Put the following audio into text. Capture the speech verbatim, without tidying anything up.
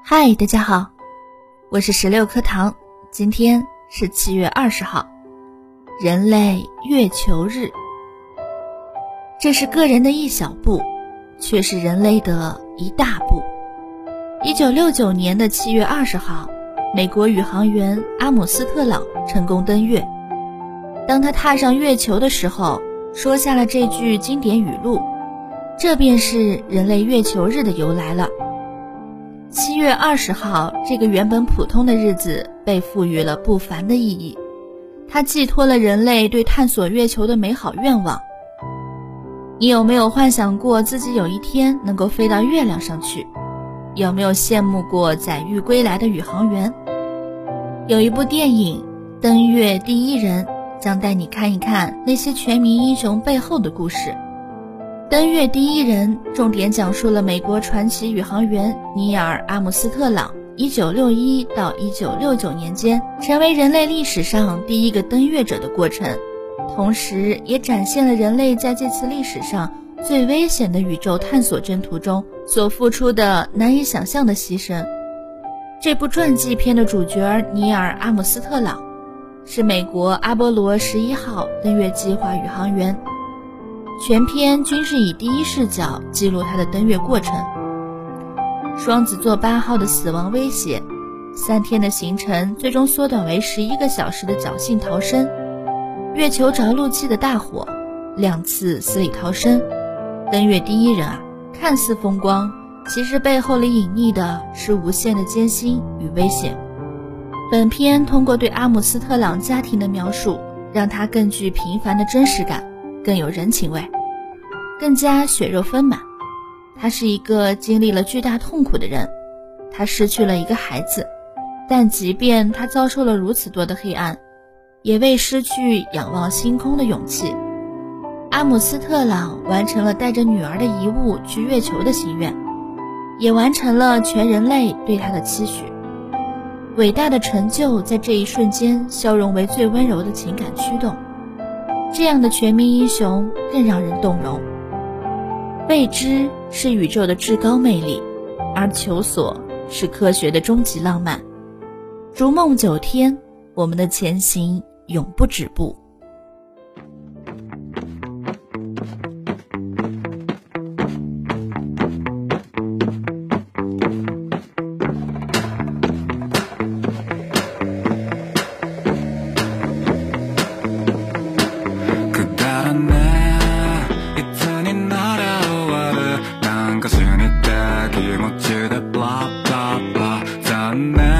嗨，大家好，我是十六课堂，今天是七月二十号，人类月球日。这是个人的一小步，却是人类的一大步。一九六九年的七月二十号，美国宇航员阿姆斯特朗成功登月。当他踏上月球的时候，说下了这句经典语录，这便是人类月球日的由来了。七月二十号这个原本普通的日子被赋予了不凡的意义，它寄托了人类对探索月球的美好愿望。你有没有幻想过自己有一天能够飞到月亮上去？有没有羡慕过载誉归来的宇航员？有一部电影《登月第一人》将带你看一看那些全民英雄背后的故事。登月第一人重点讲述了美国传奇宇航员尼尔·阿姆斯特朗一九六一到一九六九年间成为人类历史上第一个登月者的过程，同时也展现了人类在这次历史上最危险的宇宙探索征途中所付出的难以想象的牺牲。这部传记片的主角尼尔·阿姆斯特朗是美国阿波罗十一号登月计划宇航员，全片均是以第一视角记录他的登月过程。双子座八号的死亡威胁，三天的行程最终缩短为十一个小时的侥幸逃生，月球着陆器的大火，两次死里逃生。登月第一人啊，看似风光，其实背后里隐匿的是无限的艰辛与危险。本片通过对阿姆斯特朗家庭的描述，让他更具平凡的真实感，更有人情味，更加血肉丰满。他是一个经历了巨大痛苦的人，他失去了一个孩子，但即便他遭受了如此多的黑暗，也未失去仰望星空的勇气。阿姆斯特朗完成了带着女儿的遗物去月球的心愿，也完成了全人类对他的期许。伟大的成就在这一瞬间消融为最温柔的情感驱动，这样的全民英雄更让人动容。未知是宇宙的至高魅力，而求索是科学的终极浪漫。逐梦九天，我们的前行永不止步。 気持ちでブラブラブラ残念